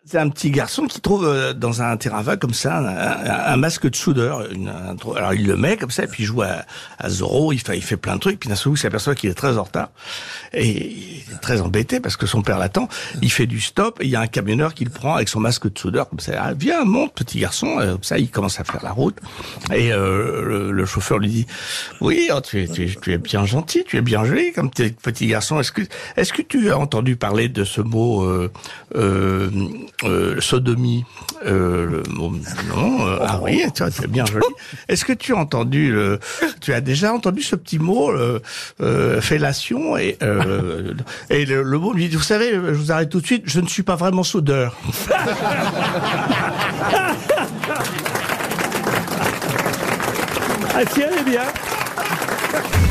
C'est un petit garçon qui trouve dans un terrain vague comme ça un masque de soudeur. Alors il le met comme ça et puis il joue à Zorro, il fait plein de trucs. Puis d'un seul coup, il s'aperçoit qu'il est très en retard et il est très embêté parce que son père l'attend. Il fait du stop et il y a un camionneur qui le prend avec son masque de soudeur comme ça. Ah, viens, monte petit garçon. Comme ça, il commence à faire la route et le chauffeur lui dit oui, oh, tu es bien gentil, tu es bien joli comme petit garçon. Est-ce que tu as entendu parler de ce mot sodomie? Non. Ah oui, tu es bien joli. Est-ce que tu as déjà entendu ce petit mot fellation? Et le mot lui dit, vous savez, je vous arrête tout de suite, je ne suis pas vraiment soudeur. Ah si, elle est bien.